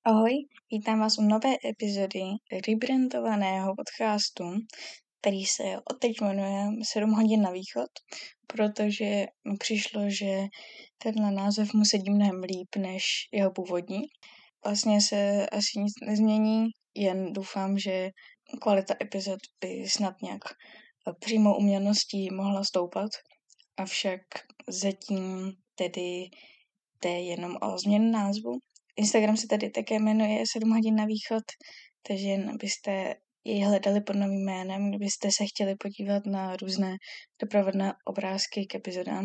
Ahoj, vítám vás u nové epizody rebrandovaného podcastu, který se odteď jmenuje 7 hodin na východ, protože mi přišlo, že tenhle název mu sedí mnohem líp než jeho původní. Vlastně se asi nic nezmění, jen doufám, že kvalita epizod by snad nějak přímou uměrností mohla stoupat, avšak zatím tedy jde jenom o změnu názvu. Instagram se tady také jmenuje 7 hodin na východ, takže jen abyste jej hledali pod novým jménem, kdybyste se chtěli podívat na různé doprovodné obrázky k epizodám.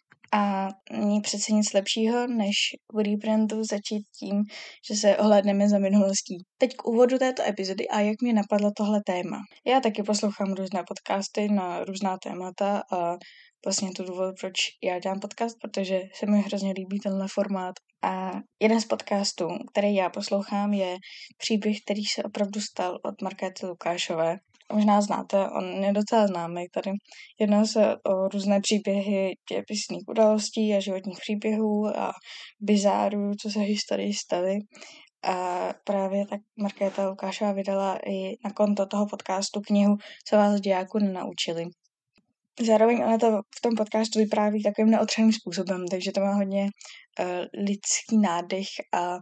A není přece nic lepšího, než v rebrandu začít tím, že se ohlédneme za minulostí. Teď k úvodu této epizody a jak mě napadlo tohle téma. Já taky poslouchám různé podcasty na různá témata a vlastně to důvod, proč já dělám podcast, protože se mi hrozně líbí tenhle formát. A jeden z podcastů, který já poslouchám, je příběh, který se opravdu stal od Markéty Lukášové. Možná znáte, on je docela známý tady. Jedná se o různé příběhy dějepisných událostí a životních příběhů a bizárů, co se v historii staly. A právě tak Markéta Lukášová vydala i na konto toho podcastu knihu Co vás dějáku nenaučili. Zároveň ona to v tom podcastu vypráví takovým neotřeným způsobem, takže to má hodně lidský nádech a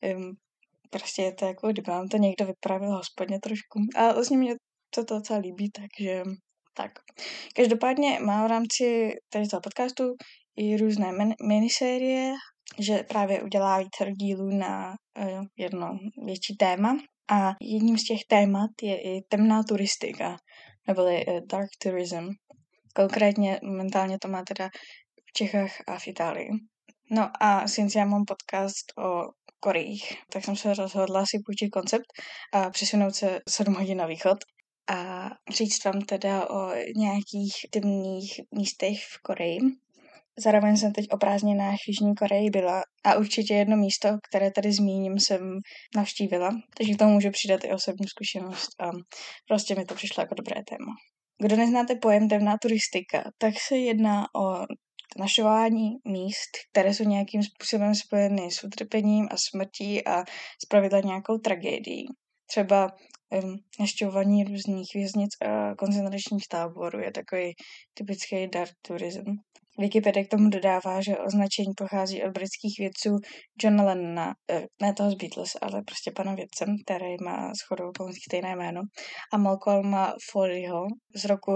prostě je to jako, kdyby vám to někdo vyprávěl hospodně trošku. A vlastně mě to docela líbí, takže tak. Každopádně má v rámci tady toho podcastu i různé minisérie, že právě udělá více dílů na jedno větší téma. A jedním z těch témat je i temná turistika, neboli dark tourism. Konkrétně momentálně to má teda v Čechách a v Itálii. No a since já mám podcast o Korejích, tak jsem se rozhodla si půjčit koncept a přesunout se 7 hodin na východ a říct vám teda o nějakých temných místech v Koreji. Zároveň jsem teď o prázdninách v Jižní Koreji byla a určitě jedno místo, které tady zmíním, jsem navštívila, takže k tomu můžu přidat i osobní zkušenost a prostě mi to přišlo jako dobré téma. Kdo neznáte pojem temná turistika, tak se jedná o našování míst, které jsou nějakým způsobem spojeny s utrpením a smrtí a zpravidla nějakou tragédií. Třeba naštěvování různých věznic a koncentračních táborů je takový typický dark tourism. Wikipedia k tomu dodává, že označení pochází od britských vědců Johna Lennona, ne toho z Beatles, ale prostě pana vědce, který má shodou okolností stejné jméno, a Malcolma Foleyho z roku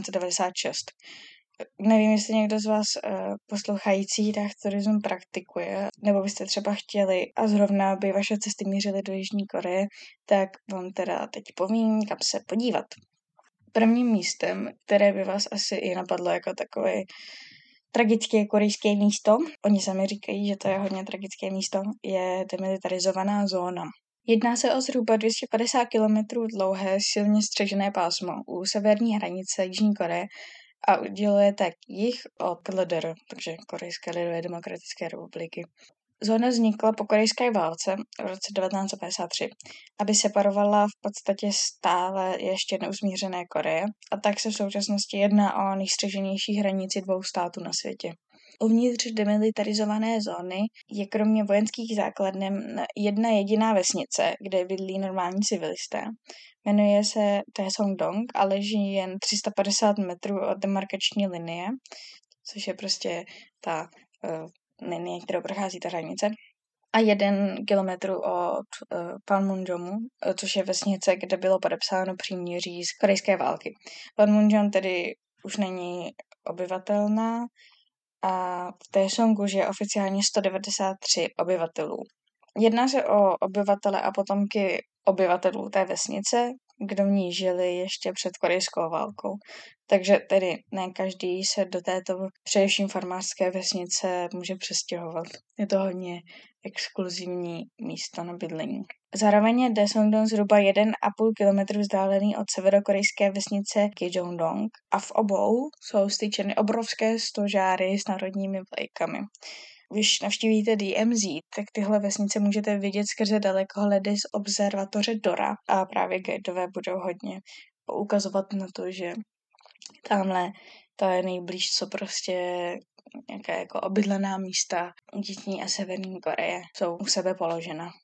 1996. Nevím, jestli někdo z vás poslouchající dark tourism praktikuje, nebo byste třeba chtěli a zrovna by vaše cesty mířily do Jižní Koreje, tak vám teda teď povím, kam se podívat. Prvním místem, které by vás asi i napadlo jako takové tragické korejské místo, oni sami říkají, že to je hodně tragické místo, je demilitarizovaná zóna. Jedná se o zhruba 250 km dlouhé silně střežené pásmo u severní hranice Jižní Koreje a uděluje tak jih od KLDR, takže Korejské lidové demokratické republiky. Zóna vznikla po korejské válce v roce 1953, aby separovala v podstatě stále ještě neusmířené Koreje, a tak se v současnosti jedná o nejstřeženější hranici 2 států na světě. Uvnitř demilitarizované zóny je kromě vojenských základen jedna jediná vesnice, kde bydlí normální civilisté. Jmenuje se Daesung-dong a leží jen 350 metrů od demarkační linie, což je prostě ta linie, kterou prochází ta hranice, a 1 kilometr od Panmunjomu, což je vesnice, kde bylo podepsáno příměří z korejské války. Panmunjom tedy už není obyvatelná a v Daesungu žije oficiálně 193 obyvatelů. Jedná se o obyvatele a potomky obyvatelů té vesnice, kdo v ní žili ještě před korejskou válkou. Takže tedy ne každý se do této především farmářské vesnice může přestěhovat. Je to hodně exkluzivní místo na bydlení. Zároveň je Daesung-dong zhruba 1,5 km vzdálený od severokorejské vesnice Gyeongdong a v obou jsou styčeny obrovské stožáry s národními vlajkami. Když navštívíte DMZ, tak tyhle vesnice můžete vidět skrze dalekohledy z observatoře Dora a právě guidové budou hodně ukazovat na to, že tamhle to je nejblíž, co prostě nějaké jako obydlená místa Jižní a Severní Koreje jsou u sebe položena.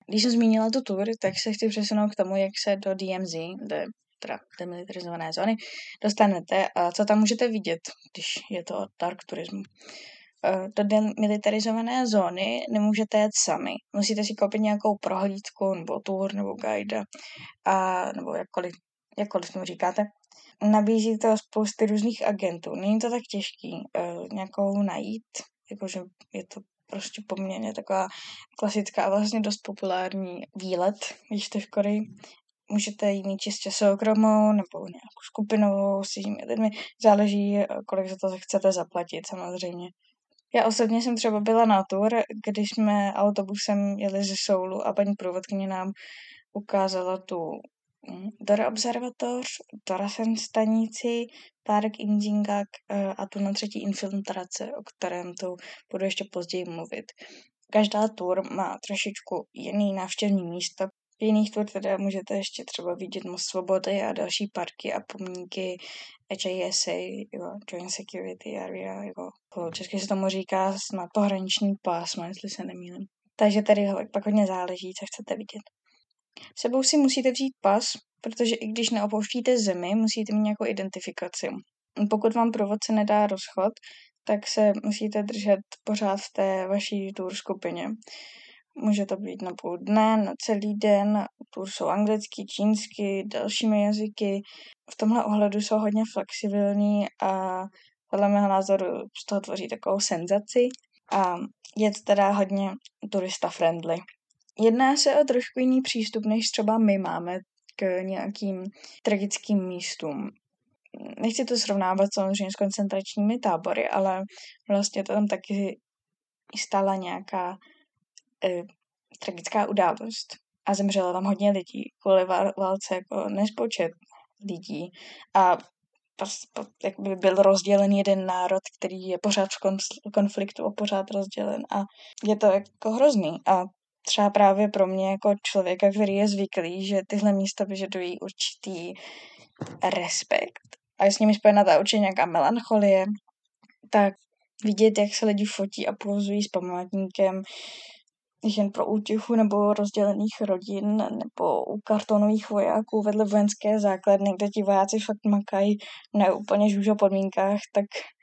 Když jsem zmínila tu tour, tak se chci přesunout k tomu, jak se do DMZ, teda demilitarizované zóny, dostanete a co tam můžete vidět, když je to dark turismu. Do demilitarizované zóny nemůžete jet sami. Musíte si koupit nějakou prohlídku nebo tour nebo guide nebo jakkoliv tomu říkáte. Nabízí to spousty různých agentů. Není to tak těžký nějakou najít, jakože je to prostě poměrně taková klasická a vlastně dost populární výlet, když jste v Koreji. Můžete ji mít čistě soukromou nebo nějakou skupinovou s jinými lidmi. Záleží, kolik za to chcete zaplatit samozřejmě. Já osobně jsem třeba byla na tour, když jsme autobusem jeli ze Soulu a paní průvodkyně nám ukázala tu Dora observatoř, Dorasen stanici, Park Injingak a tu na třetí infiltrace, o kterém tu budu ještě později mluvit. Každá tour má trošičku jiný návštěvní místa. V jiných tour teda můžete ještě třeba vidět Most Svobody a další parky a pomníky JSA, Joint Security Area, česky se tomu říká snad pohraniční pásmo, jestli se nemýlím. Takže tady pak hodně záleží, co chcete vidět. Sebou si musíte vzít pas, protože i když neopouštíte zemi, musíte mít nějakou identifikaci. Pokud vám průvodce nedá rozchod, tak se musíte držet pořád v té vaší tour skupině. Může to být na půl dne, na celý den, tour jsou anglicky, čínsky, dalšími jazyky. V tomhle ohledu jsou hodně flexibilní a podle mého názoru z toho tvoří takovou senzaci a je to teda hodně turista friendly. Jedná se o trošku jiný přístup, než třeba my máme k nějakým tragickým místům. Nechci to srovnávat samozřejmě s koncentračními tábory, ale vlastně to tam taky stala nějaká tragická událost a zemřelo tam hodně lidí kvůli válce jako nespočet lidí a jakby byl rozdělen jeden národ, který je pořád v konfliktu a pořád rozdělen a je to jako hrozný a třeba právě pro mě jako člověka, který je zvyklý, že tyhle místa vyžadují určitý respekt a je s nimi spojená ta určitě nějaká melancholie, tak vidět, jak se lidi fotí a pozují s památníkem jen pro útěchu nebo rozdělených rodin nebo u kartonových vojáků vedle vojenské základny, kde ti vojáci fakt makají na úplně žužo podmínkách, tak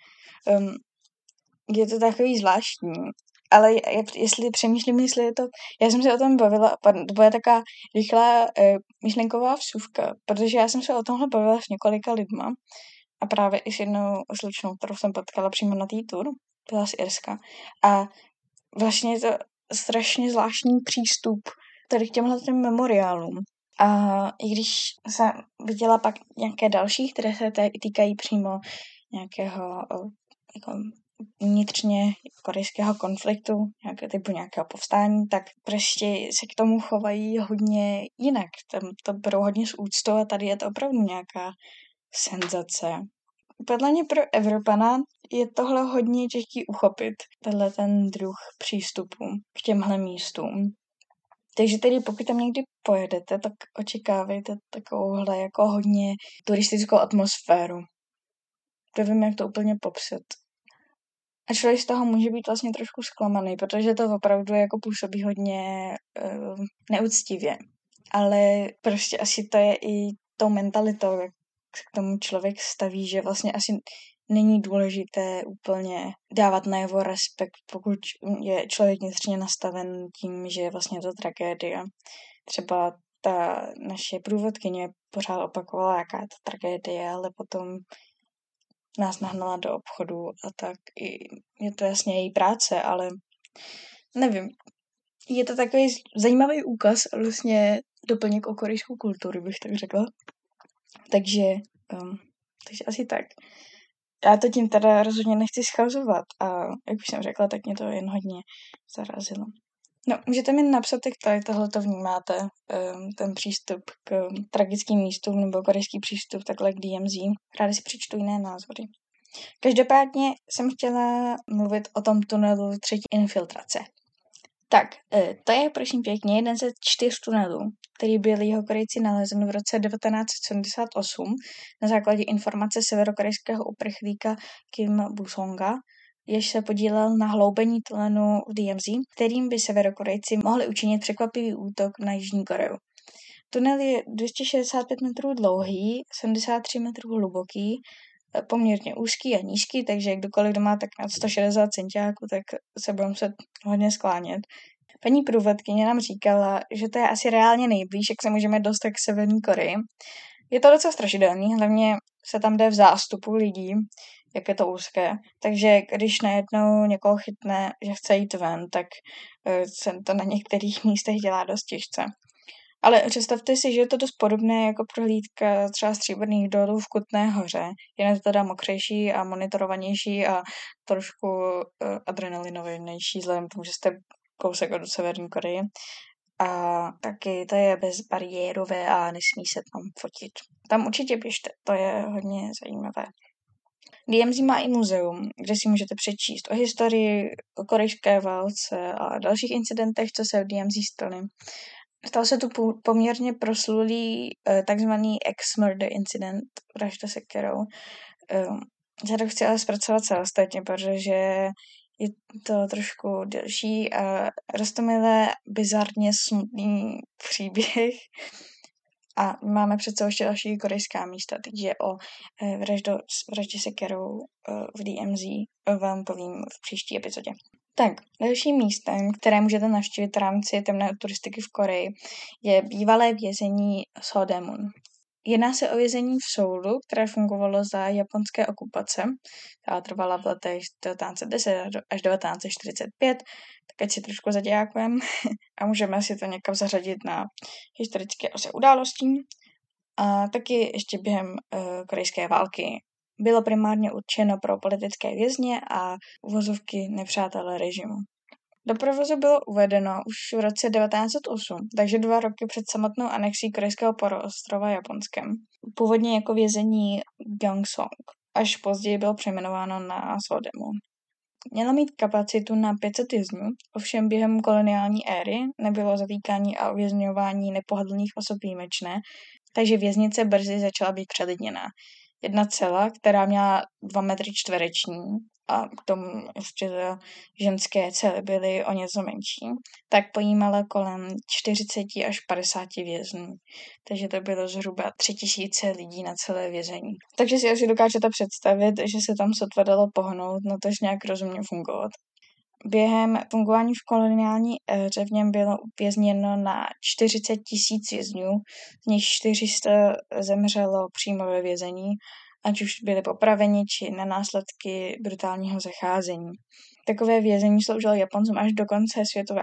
je to takový zvláštní. Ale jestli přemýšlím, jestli je to... Já jsem se o tom bavila, to bude taková rychlá myšlenková vsuvka, protože já jsem se o tomhle bavila s několika lidma a právě i s jednou slečnou, kterou jsem potkala přímo na té tour, byla z Irska. A vlastně je to strašně zvláštní přístup tady k těmhle memoriálům. A i když jsem viděla pak nějaké další, které se týkají přímo nějakého jako vnitřně korejského konfliktu, nějakého povstání, tak prostě se k tomu chovají hodně jinak. Tam to berou hodně s úctou a tady je to opravdu nějaká senzace. Podle mě pro Evropana je tohle hodně těžký uchopit, tenhle ten druh přístupu k těmhle místům. Takže tedy pokud tam někdy pojedete, tak očekávejte takovouhle jako hodně turistickou atmosféru. Nevím, jak to úplně popsat. A člověk z toho může být vlastně trošku zklamaný, protože to opravdu jako působí hodně neúctivě. Ale prostě asi to je i tou mentalitou, jak k tomu člověk staví, že vlastně asi není důležité úplně dávat na jeho respekt, pokud je člověk vnitřně nastaven tím, že je vlastně to tragédie. Třeba ta naše průvodkyně pořád opakovala, jaká je to tragédie, ale potom nás nahnala do obchodu a tak. Je to jasně její práce, ale nevím. Je to takový zajímavý úkaz a vlastně doplněk o korejskou kulturu, bych tak řekla. Takže asi tak. Já to tím teda rozhodně nechci schazovat a jak už jsem řekla, tak mě to jen hodně zarazilo. No, můžete mi napsat, jak tady tohleto vnímáte, ten přístup k tragickým místům nebo korejský přístup takhle k DMZ. Ráda si přečtu jiné názory. Každopádně jsem chtěla mluvit o tom tunelu třetí infiltrace. Tak, to je prosím pěkně jeden ze 4 tunelů, který byl Jihokorejci nalezen v roce 1978 na základě informace severokorejského uprchlíka Kim Bu-songa jež se podílel na hloubení tunelu v DMZ, kterým by Severokorejci mohli učinit překvapivý útok na Jižní Koreu. Tunel je 265 metrů dlouhý, 73 metrů hluboký, poměrně úzký a nízký, takže kdokoliv, kdo má tak na 160 centiáků, tak se bude muset hodně sklánět. Paní průvodkyně nám říkala, že to je asi reálně nejblíž, jak se můžeme dostat k Severní Koreji. Je to docela strašidelný, hlavně se tam jde v zástupu lidí, jak je to úzké. Takže když najednou někoho chytne, že chce jít ven, tak se to na některých místech dělá dost těžce. Ale představte si, že je to dost podobné jako prohlídka třeba Stříbrných dolů v Kutné Hoře. Jen je to teda mokřejší a monitorovanější a trošku adrenalinovější, vzhledem k tomu, že jste kousek od Severní Koreje. A taky to je bezbariérové a nesmí se tam fotit. Tam určitě běžte, to je hodně zajímavé. DMZ má i muzeum, kde si můžete přečíst o historii, o korejské válce a dalších incidentech, co se v DMZ staly. Stal se tu poměrně proslulý takzvaný ex-murder incident, vražda sekerou. Já to chci ale zpracovat samostatně, protože je to trošku delší a roztomilé, bizarně smutný příběh. A máme přece ještě další korejská místa, takže o vraždě sekerou v DMZ vám povím v příští epizodě. Tak, dalším místem, které můžete navštívit v rámci temné turistiky v Koreji, je bývalé vězení Sodaemun. Jedná se o vězení v Soulu, které fungovalo za japonské okupace, která trvala v letech 1910 až 1945, tak ať si trošku zadějákujeme a můžeme si to někam zařadit na historické ose událostí. A taky ještě během korejské války bylo primárně určeno pro politické vězně a uvozovky nepřátelé režimu. Do provozu bylo uvedeno už v roce 1908, takže 2 roky před samotnou anexí korejského poloostrova Japonskem. Původně jako vězení Gyeongsong, až později bylo přejmenováno na Sodaemun. Měla mít kapacitu na 500 vězňů, ovšem během koloniální éry nebylo zatýkání a uvězňování nepohodlných osob výjimečné, takže věznice brzy začala být přelidněná. Jedna cela, která měla 2 metry čtvereční a k tomu ještě ženské cely byly o něco menší, tak pojímala kolem 40 až 50 vězňů. Takže to bylo zhruba 3000 lidí na celé vězení. Takže si asi dokážete představit, že se tam sotva dalo pohnout, no tož nějak rozumně fungovat. Během fungování v koloniální éře v něm bylo uvězněno na 40 000 vězňů, z nich 400 zemřelo přímo ve vězení, ať už byli popraveni či na následky brutálního zacházení. Takové vězení sloužilo Japoncům až do konce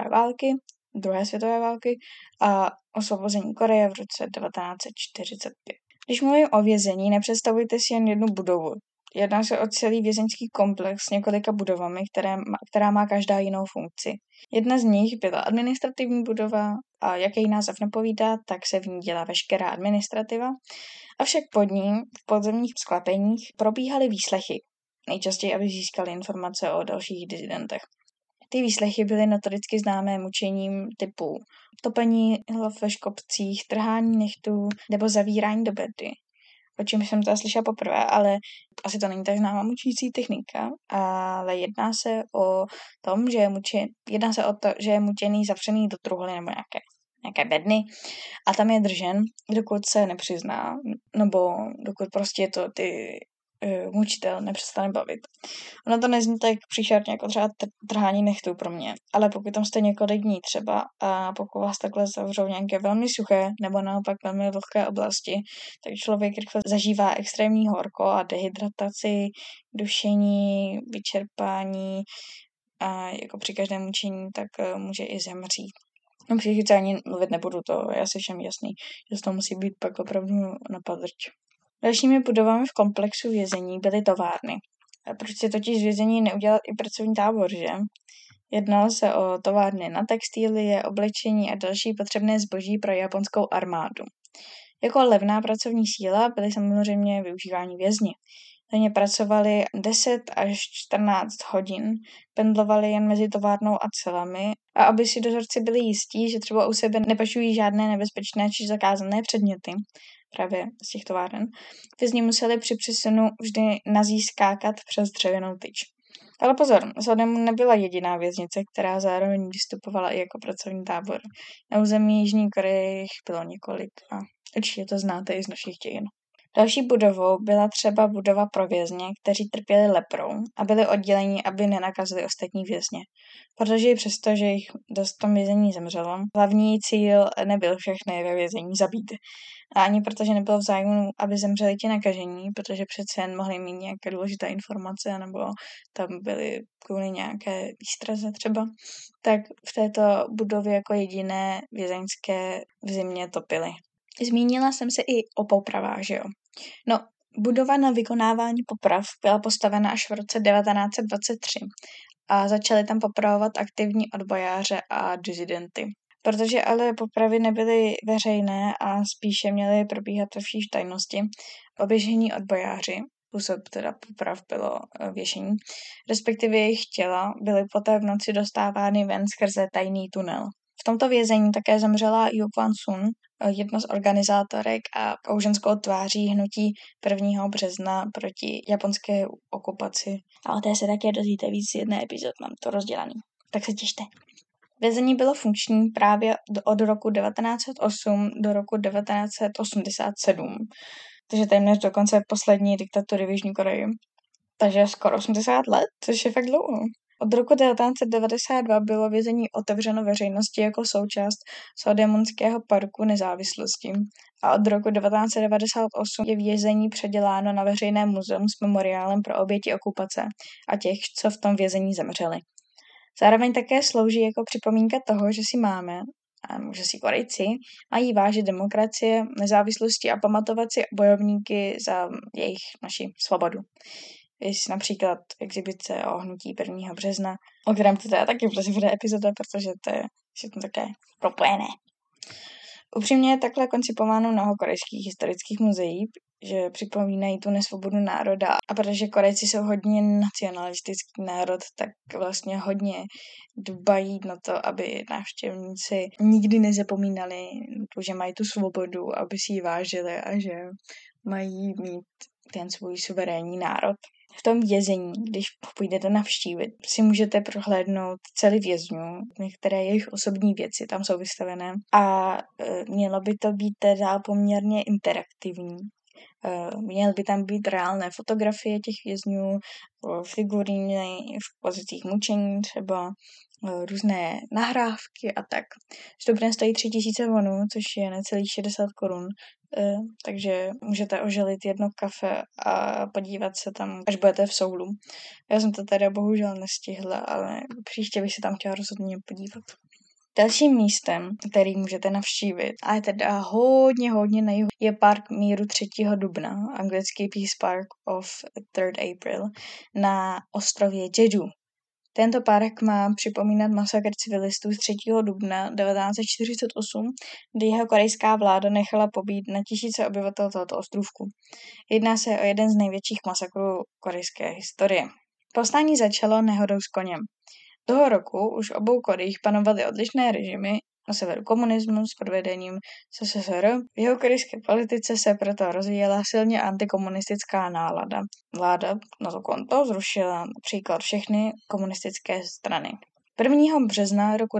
druhé světové války a osvobození Koreje v roce 1945. Když mluvím o vězení, nepředstavujte si jen jednu budovu. Jedná se o celý vězeňský komplex s několika budovami, která má každá jinou funkci. Jedna z nich byla administrativní budova a jak její název napovídá, tak se v ní dělá veškerá administrativa. Avšak pod ní, v podzemních sklepeních, probíhaly výslechy, nejčastěji, aby získali informace o dalších disidentech. Ty výslechy byly notoricky známé mučením typu topení hlav ve škopcích, trhání nechtů nebo zavírání do bedny. O čem jsem to slyšela poprvé, ale asi to není tak známá mučící technika, ale jedná se o to, že je mučený zavřený do truhly nebo nějaké bedny a tam je držen, dokud se nepřizná, nebo dokud prostě to ty mučitel nepřestane bavit. Ono to nezní tak příšerně jako třeba trhání nechtů pro mě, ale pokud tam jste několik dní třeba a pokud vás takhle zavřou nějaké velmi suché nebo naopak velmi vlhké oblasti, tak člověk rychle zažívá extrémní horko a dehydrataci, dušení, vyčerpání a jako při každém mučení tak může i zemřít. O psychice ani mluvit nebudu, to je asi všem jasný, že to musí být pak opravdu napadrč. Dalšími budovami v komplexu vězení byly továrny. Proč si totiž z vězení neudělat i pracovní tábor, že? Jednalo se o továrny na textilie, oblečení a další potřebné zboží pro japonskou armádu. Jako levná pracovní síla byly samozřejmě využíváni vězni. Na ně pracovali 10 až 14 hodin, pendlovali jen mezi továrnou a celami a aby si dozorci byli jistí, že třeba u sebe nepašují žádné nebezpečné či zakázané předměty, právě z těch továren, vězni museli při přesunu vždy nazískákat přes dřevěnou tyč. Ale pozor, Sodom nebyla jediná věznice, která zároveň vystupovala i jako pracovní tábor. Na území Jižní Koreje jich bylo několik a určitě to znáte i z našich dějin. Další budovou byla třeba budova pro vězně, kteří trpěli leprou a byli odděleni, aby nenakazili ostatní vězně. Protože i přesto, že jich dost v tom vězení zemřelo, hlavní cíl nebyl všechny ve vězení zabít. A ani protože nebylo v zájmu, aby zemřeli ti nakažení, protože přece jen mohli mít nějaké důležité informace, nebo tam byly kvůli nějaké výstraze třeba, tak v této budově jako jediné vězeňské v zimě topily. Zmínila jsem se i o popravách, že jo? No, budova na vykonávání poprav byla postavena až v roce 1923 a začaly tam popravovat aktivní odbojáře a disidenty. Protože ale popravy nebyly veřejné a spíše měly probíhat ve vší tajnosti, oběžení odbojáři, způsob teda poprav bylo věšení, respektive jejich těla byly poté v noci dostávány ven skrze tajný tunel. V tomto vězení také zemřela Yu Kwan-sun, jedna z organizátorek a kouženskou tváří hnutí 1. března proti japonské okupaci. A o té se také dozvíte víc z jedné epizody, mám to rozdělaný. Tak se těšte. Vězení bylo funkční právě od roku 1908 do roku 1987, takže téměř do konce poslední diktatury v Jižní Koreji. Takže skoro 80 let, což je fakt dlouho. Od roku 1992 bylo vězení otevřeno veřejnosti jako součást Sodemonského parku nezávislosti a od roku 1998 je vězení předěláno na veřejné muzeum s memoriálem pro oběti okupace a těch, co v tom vězení zemřeli. Zároveň také slouží jako připomínka toho, že si máme, a že si Korejci mají vážit demokracie, nezávislosti a pamatovat si bojovníky za naši svobodu. Víš, například exibice o hnutí 1. března, o kterém to teda taky bude epizoda, protože to je všechno také propojené. Upřímně je takhle koncipováno mnoho korejských historických muzeí, že připomínají tu nesvobodu národa a protože Korejci jsou hodně nacionalistický národ, tak vlastně hodně dbají na to, aby návštěvníci nikdy nezapomínali, že mají tu svobodu, aby si ji vážili a že mají mít ten svůj suverénní národ. V tom vězení, když půjdete navštívit, si můžete prohlédnout celý vězňů, některé jejich osobní věci tam jsou vystavené a mělo by to být teda poměrně interaktivní. Měly by tam být reálné fotografie těch vězňů, figuríny v pozicích mučení, třeba různé nahrávky a tak. Vstupné stojí 3000 wonů, což je necelých 60 korun, takže můžete oželit jedno kafe a podívat se tam, až budete v Soulu. Já jsem to teda bohužel nestihla, ale příště bych se tam chtěla rozhodně podívat. Dalším místem, který můžete navštívit, a je teda hodně na jihu, je park míru 3. dubna, anglický Peace Park of 3rd April, na ostrově Jeju. Tento park má připomínat masakr civilistů z 3. dubna 1948, kdy jeho korejská vláda nechala pobít na tisíce obyvatel tohoto ostrůvku. Jedná se o jeden z největších masakrů korejské historie. Povstání začalo nehodou s koněm. Toho roku už v obou Korejích panovaly odlišné režimy, na severu komunismus pod vedením SSSR. V jeho korejské politice se proto rozvíjela silně antikomunistická nálada. Vláda na to konto zrušila například všechny komunistické strany. 1. března roku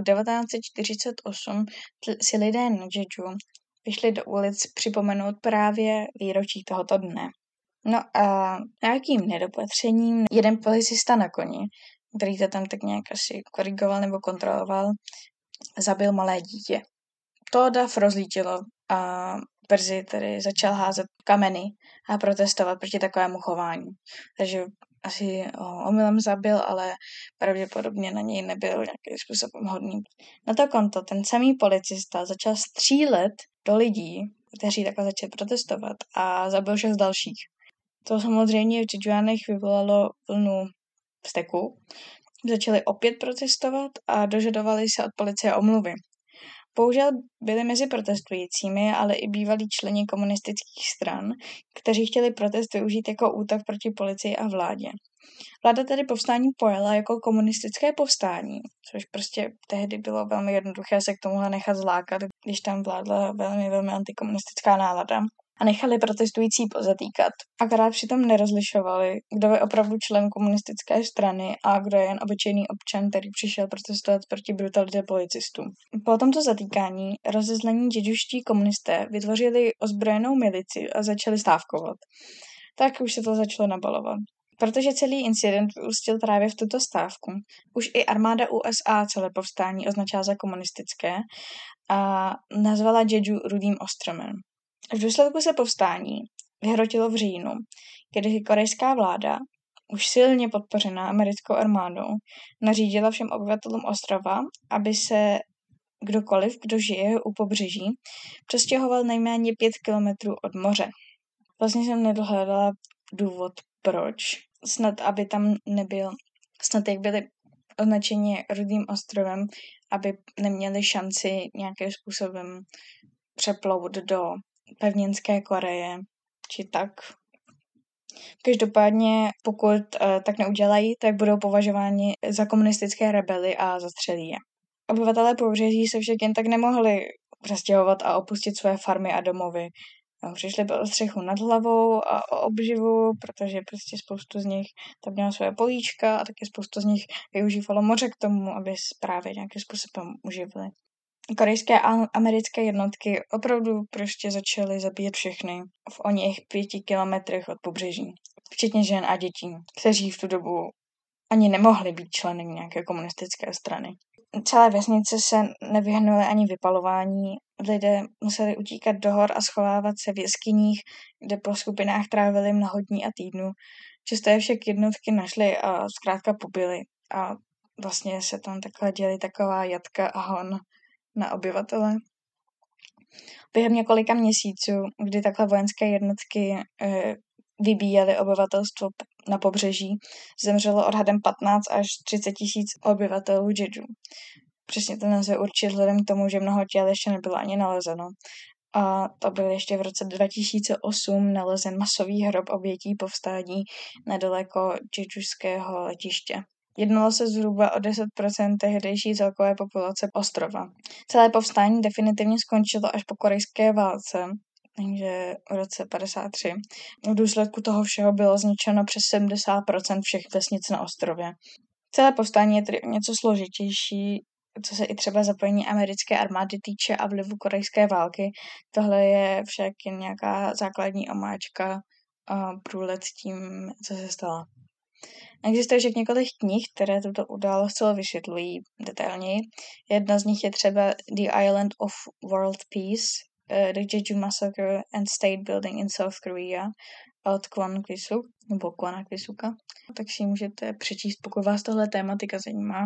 1948 si lidé na Jeju vyšli do ulic připomenout právě výročí tohoto dne. No a nějakým nedopatřením jeden policista na koni, který to tam tak nějak asi korigoval nebo kontroloval, zabil malé dítě. To dav rozlítilo a brzy tedy začal házet kameny a protestovat proti takovému chování. Takže asi ho omylem zabil, ale pravděpodobně na něj nebyl nějakým způsobem hodný. Na to konto ten samý policista začal střílet do lidí, kteří takhle začali protestovat a zabil 6 dalších. To samozřejmě v Jejuanech vyvolalo vlnu vzteku. Začali opět protestovat a dožadovali se od policie omluvy. Bohužel byli mezi protestujícími, ale i bývalí členi komunistických stran, kteří chtěli protest využít jako útok proti policii a vládě. Vláda tedy povstání pojala jako komunistické povstání, což prostě tehdy bylo velmi jednoduché se k tomuhle nechat zlákat, když tam vládla velmi antikomunistická nálada. a nechali protestující pozatýkat. Akorát přitom nerozlišovali, kdo je opravdu člen komunistické strany a kdo je jen obyčejný občan, který přišel protestovat proti brutalitě policistů. Po tomto zatýkání rozezlení děduští komunisté vytvořili ozbrojenou milici a začali stávkovat. Tak už se to začalo nabalovat. Protože celý incident vyústil právě v tuto stávku, už i armáda USA celé povstání označila za komunistické a nazvala Jeju Rudým ostrovem. V důsledku se povstání vyhrotilo v říjnu, kdy korejská vláda, už silně podpořená americkou armádou, nařídila všem obyvatelům ostrova, aby se kdokoliv, kdo žije u pobřeží, přestěhoval nejméně 5 kilometrů od moře. Vlastně jsem nedohledala důvod, proč. Snad, aby tam nebyl, snad jak byli označeni Rudým ostrovem, aby neměli šanci nějakým způsobem přeplout do pevninské Koreje, či tak. Každopádně, pokud tak neudělají, tak budou považováni za komunistické rebely a zastřelí je. Obyvatelé pobřeží se však jen tak nemohli přestěhovat a opustit své farmy a domovy. Přišli o střechu nad hlavou a o obživu, protože prostě spoustu z nich tam mělo své políčka a taky spoustu z nich využívalo moře k tomu, aby právě nějakým způsobem uživili. Korejské a americké jednotky opravdu prostě začaly zabíjet všechny v oněch 5 kilometrech od pobřeží, včetně žen a dětí, kteří v tu dobu ani nemohli být členy nějaké komunistické strany. Celé vesnice se nevyhnuly ani vypalování, lidé museli utíkat do hor a schovávat se v jeskyních, kde po skupinách trávili mnoho dní a týdnů. Často je však jednotky našly a zkrátka pobily a vlastně se tam takhle děli taková jatka a hon na obyvatele. Během několika měsíců, kdy takhle vojenské jednotky vybíjely obyvatelstvo na pobřeží, zemřelo odhadem 15 až 30 tisíc obyvatelů Jeju. Přesně to nelze určit vzhledem k tomu, že mnoho těl ještě nebylo ani nalezeno. A to byl ještě v roce 2008 nalezen masový hrob obětí povstání nedaleko jejuského letiště. Jednalo se zhruba o 10% tehdejší celkové populace ostrova. Celé povstání definitivně skončilo až po korejské válce, takže v roce 53. V důsledku toho všeho bylo zničeno přes 70% všech vesnic na ostrově. Celé povstání je tedy něco složitější, co se i třeba zapojení americké armády týče a vlivu korejské války. Tohle je však jen nějaká základní omáčka a průlet tím, co se stalo. Existuje však několik knih, které tuto událost celou vysvětlují detailněji. Jedna z nich je třeba The Island of World Peace, The Jeju Massacre and State Building in South Korea od Kwon Kwi-suk, nebo Kwona Kwi-suka. Tak si můžete přečíst, pokud vás tohle tématika zajímá.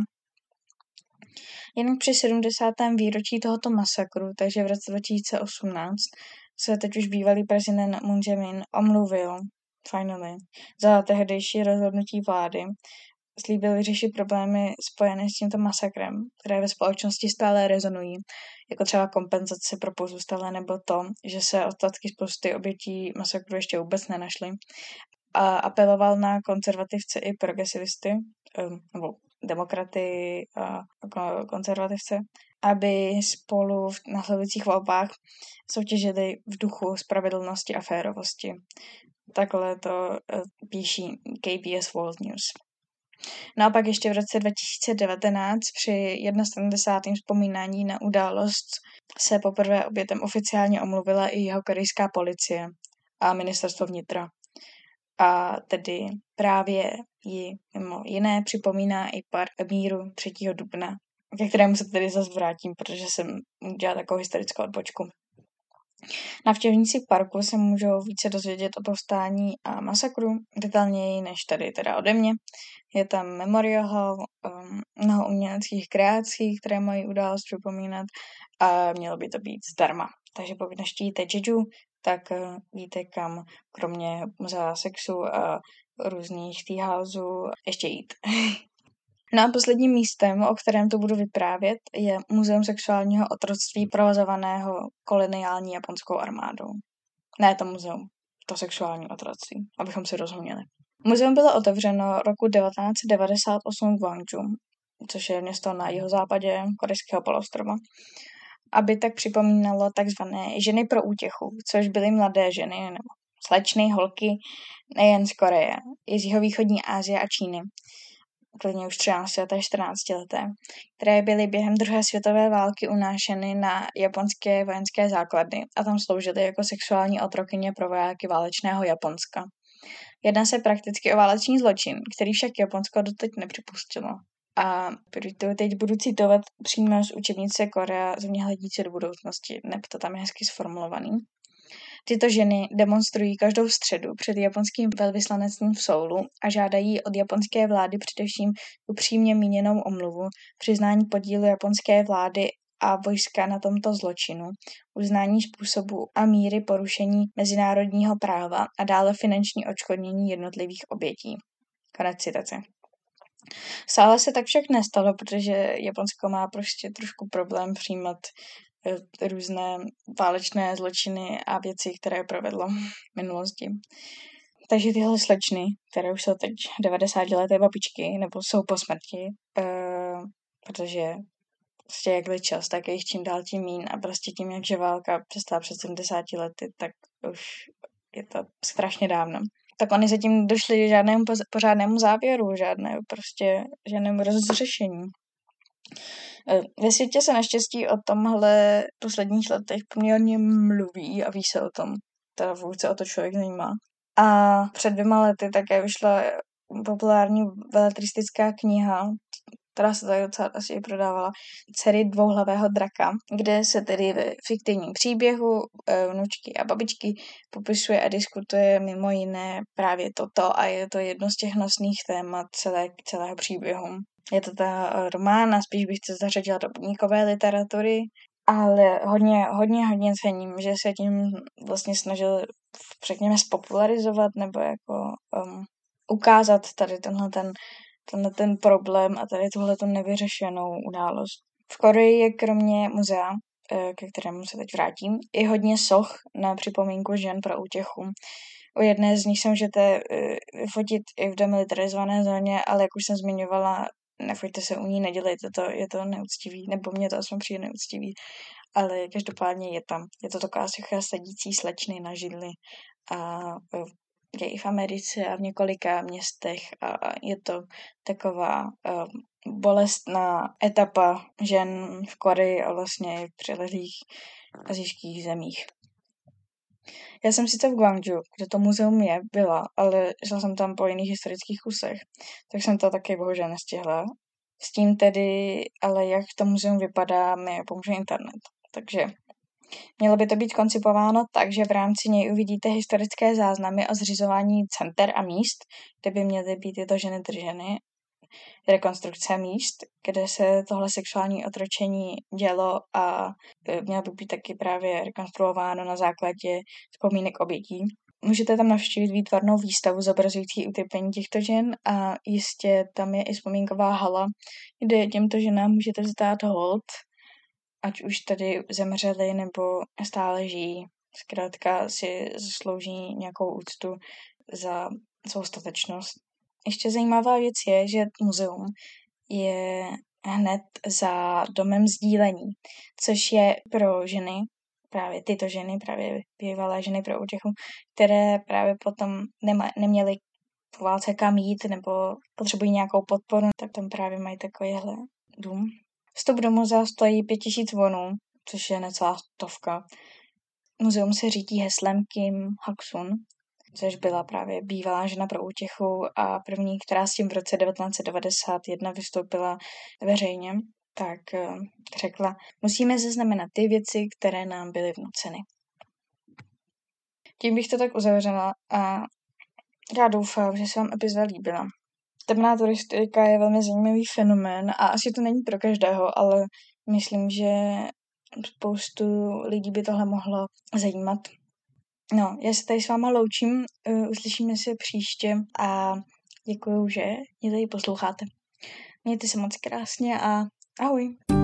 Jen při 70. výročí tohoto masakru, takže v roce 2018, se teď už bývalý prezident Moon Jae-in omluvil finally za tehdejší rozhodnutí vlády. Slíbil vyřešit problémy spojené s tímto masakrem, které ve společnosti stále rezonují, jako třeba kompenzace pro pozůstalé nebo to, že se ostatky spousty obětí masakru ještě vůbec nenašly. A apeloval na konzervativce i progresivisty, nebo demokraty a konzervativce, aby spolu v následujících volbách soutěžili v duchu spravedlnosti a férovosti. Takhle to píší KBS World News. No a pak ještě v roce 2019 při 71. vzpomínání na událost se poprvé obětem oficiálně omluvila i jihokorejská policie a ministerstvo vnitra. A tedy právě ji mimo jiné připomíná i park míru 3. dubna, ke kterému se tedy zase vrátím, protože jsem udělala takovou historickou odbočku. Návštěvníci parku se můžou více dozvědět o povstání a masakru, detailněji než tady teda ode mě. Je tam memorial hall, mnoho uměleckých kreací, které mají událost připomínat a mělo by to být zdarma. Takže pokud neštívíte Jeju, tak víte kam, kromě muzea sexu a různých teahouseů, ještě jít. No a posledním místem, o kterém tu budu vyprávět, je Muzeum sexuálního otroctví provozovaného koloniální japonskou armádou. Ne to muzeum, to sexuální otroctví, abychom si rozuměli. Muzeum bylo otevřeno roku 1998 v Gwangju, což je město na jihozápadě korejského poloostrova. aby tak připomínalo takzvané ženy pro útěchu, což byly mladé ženy nebo slečny, holky, nejen z Koreje, i z jihovýchodní Asie a Číny, klidně už 13 až 14 leté, které byly během druhé světové války unášeny na japonské vojenské základny a tam sloužily jako sexuální otrokyně pro vojáky válečného Japonska. Jedná se prakticky o válečný zločin, který však Japonsko doteď nepřipustilo. A teď budu citovat přímo z učebnice Korea země hledící do budoucnosti, neb to tam je hezky sformulovaný. Tyto ženy demonstrují každou středu před japonským velvyslanectvím v Soulu a žádají od japonské vlády především upřímně míněnou omluvu, přiznání podílu japonské vlády a vojska na tomto zločinu, uznání způsobu a míry porušení mezinárodního práva a dále finanční odškodnění jednotlivých obětí. Konec citace. Stále se tak však nestalo, protože Japonsko má prostě trošku problém přijímat různé válečné zločiny a věci, které provedlo v minulosti. Takže tyhle slečny, které už jsou teď 90leté babičky, nebo jsou po smrti, protože prostě jak je čas, tak je jich čím dál tím míň a prostě tím, jakže válka přestala před 70 lety, tak už je to strašně dávno. Tak oni zatím došli žádnému pořádnému závěru, žádnému rozřešení. Ve světě se naštěstí o tomhle v posledních letech poměrně mluví a ví se o tom, teda vůbec se o to člověk zajímá. A před 2 lety také vyšla populární beletristická kniha, která se tady docela asi i prodávala, Dcery dvouhlavého draka, kde se tedy ve fiktivním příběhu vnučky a babičky popisuje a diskutuje mimo jiné právě toto a je to jedno z těch nosných témat celého příběhu. Je to ta román a spíš bych to zařadila do podnikové literatury, ale hodně cením, že se tím vlastně snažil, řekněme, spopularizovat nebo jako ukázat tady tenhle ten problém a tady tuhletu nevyřešenou událost. V Koreji je kromě muzea, ke kterému se teď vrátím, i hodně soch na připomínku žen pro útěchu. U jedné z nich se můžete fotit i v demilitarizované zóně, ale jak už jsem zmiňovala, nefoďte se u ní, nedělejte to, je to neúctivý, nebo mě to aspoň přijde neúctivý, ale každopádně je tam. Je to taková socha sedící slečny na židli a je i v Americe a v několika městech a je to taková bolestná etapa žen v Koreji a vlastně i v přilehlých asijských zemích. Já jsem sice v Gwangju, kde to muzeum byla, ale šla jsem tam po jiných historických kusech, tak jsem to taky bohužel nestihla. S tím tedy, ale jak to muzeum vypadá, mi pomůže internet. Takže mělo by to být koncipováno tak, že v rámci něj uvidíte historické záznamy o zřizování center a míst, kde by měly být tyto ženy drženy, rekonstrukce míst, kde se tohle sexuální otročení dělo a mělo by být taky právě rekonstruováno na základě vzpomínek obětí. Můžete tam navštívit výtvarnou výstavu zobrazující utrpení těchto žen a jistě tam je i vzpomínková hala, kde těmto ženám můžete vzdát hold, ať už tady zemřeli nebo stále žijí. Zkrátka si zaslouží nějakou úctu za svou statečnost. Ještě zajímavá věc je, že muzeum je hned za domem sdílení, což je pro ženy, právě tyto ženy, právě bývalé ženy pro útěchu, které právě potom neměly po válce kam jít nebo potřebují nějakou podporu, tak tam právě mají takovýhle dům. Vstup do muzea stojí 5000 wonů, což je necelá 100. Muzeum se řídí heslem Kim Hak-sun, což byla právě bývalá žena pro útěchu a první, která s tím v roce 1991 vystoupila veřejně, tak řekla, musíme zaznamenat ty věci, které nám byly vnuceny. Tím bych to tak uzavřela a já doufám, že se vám epizoda líbila. Temná turistika je velmi zajímavý fenomén a asi to není pro každého, ale myslím, že spoustu lidí by tohle mohlo zajímat. No, já se tady s váma loučím, uslyšíme se příště a děkuju, že mě tady posloucháte. Mějte se moc krásně a ahoj.